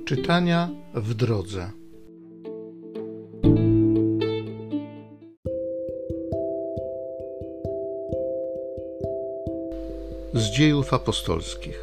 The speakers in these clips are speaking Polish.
Czytania w drodze. Z Dziejów Apostolskich.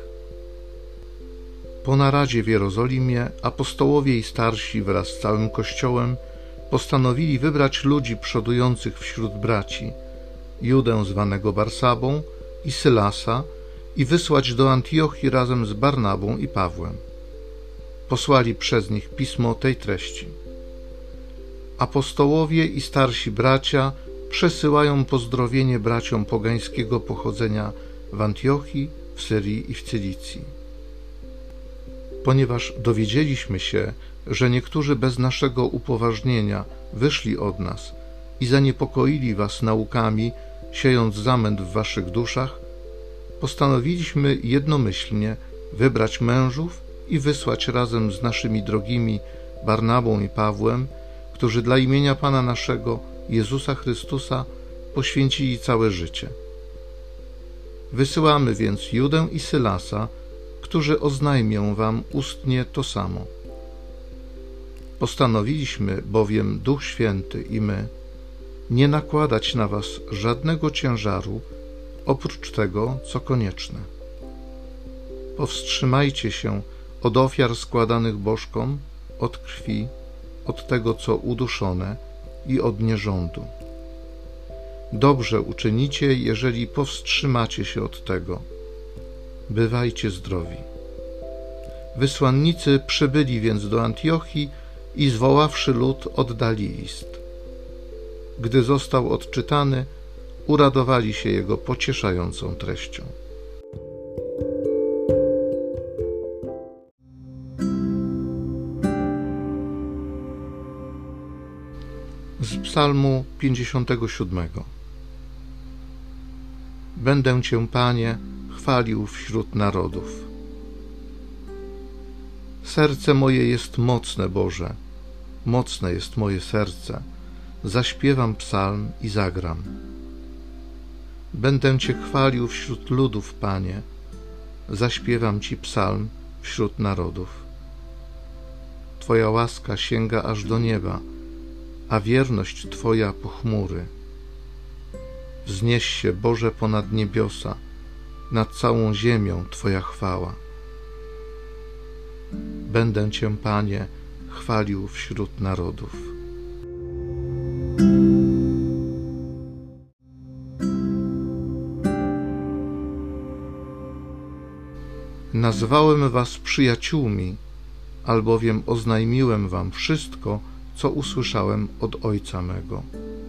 Po naradzie w Jerozolimie apostołowie i starsi wraz z całym Kościołem postanowili wybrać ludzi przodujących wśród braci, Judę zwanego Barsabą i Sylasa, i wysłać do Antiochii razem z Barnabą i Pawłem. Posłali przez nich pismo tej treści: apostołowie i starsi bracia przesyłają pozdrowienie braciom pogańskiego pochodzenia w Antiochii, w Syrii i w Cylicji. Ponieważ dowiedzieliśmy się, że niektórzy bez naszego upoważnienia wyszli od nas i zaniepokoili was naukami, siejąc zamęt w waszych duszach, postanowiliśmy jednomyślnie wybrać mężów i wysłać razem z naszymi drogimi Barnabą i Pawłem, którzy dla imienia Pana naszego, Jezusa Chrystusa, poświęcili całe życie. Wysyłamy więc Judę i Sylasa, którzy oznajmią wam ustnie to samo. Postanowiliśmy bowiem, Duch Święty i my, nie nakładać na was żadnego ciężaru, oprócz tego, co konieczne. Powstrzymajcie się od ofiar składanych bożkom, od krwi, od tego, co uduszone i od nierządu. Dobrze uczynicie, jeżeli powstrzymacie się od tego. Bywajcie zdrowi. Wysłannicy przybyli więc do Antiochii i zwoławszy lud, oddali list. Gdy został odczytany, uradowali się jego pocieszającą treścią. Z Psalmu 57. Będę Cię, Panie, chwalił wśród narodów. Serce moje jest mocne, Boże, mocne jest moje serce. Zaśpiewam psalm i zagram. Będę Cię chwalił wśród ludów, Panie, zaśpiewam Ci psalm wśród narodów. Twoja łaska sięga aż do nieba, a wierność Twoja po chmury. Wznieś się, Boże, ponad niebiosa, nad całą ziemią Twoja chwała. Będę Cię, Panie, chwalił wśród narodów. Nazwałem was przyjaciółmi, albowiem oznajmiłem wam wszystko, co usłyszałem od Ojca mego.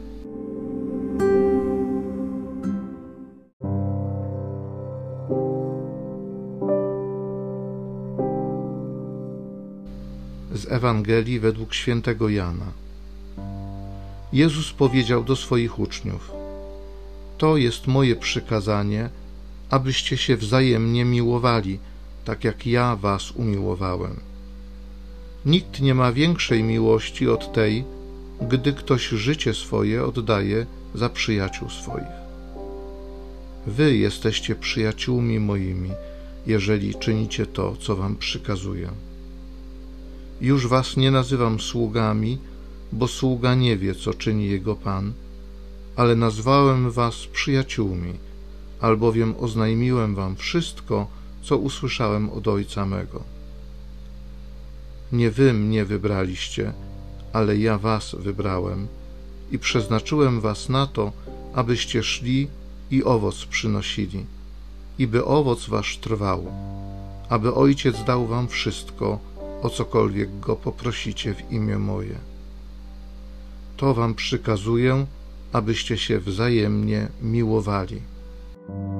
Z Ewangelii według świętego Jana. Jezus powiedział do swoich uczniów: to jest moje przykazanie, abyście się wzajemnie miłowali, tak jak ja was umiłowałem. Nikt nie ma większej miłości od tej, gdy ktoś życie swoje oddaje za przyjaciół swoich. Wy jesteście przyjaciółmi moimi, jeżeli czynicie to, co wam przykazuję. Już was nie nazywam sługami, bo sługa nie wie, co czyni jego Pan, ale nazwałem was przyjaciółmi, albowiem oznajmiłem wam wszystko, co usłyszałem od Ojca mego. Nie wy mnie wybraliście, ale ja was wybrałem i przeznaczyłem was na to, abyście szli i owoc przynosili, i by owoc wasz trwał, aby Ojciec dał wam wszystko, o cokolwiek Go poprosicie w imię moje. To wam przykazuję, abyście się wzajemnie miłowali.